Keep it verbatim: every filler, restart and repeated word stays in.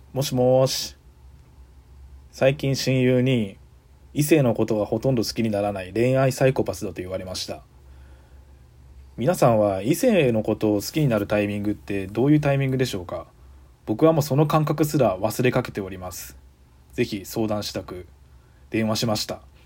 もしもーし。最近親友に異性のことがほとんど好きにならない恋愛サイコパスだと言われました。皆さんは異性のことを好きになるタイミングってどういうタイミングでしょうか？僕はもうその感覚すら忘れかけております。ぜひ相談したく電話しました。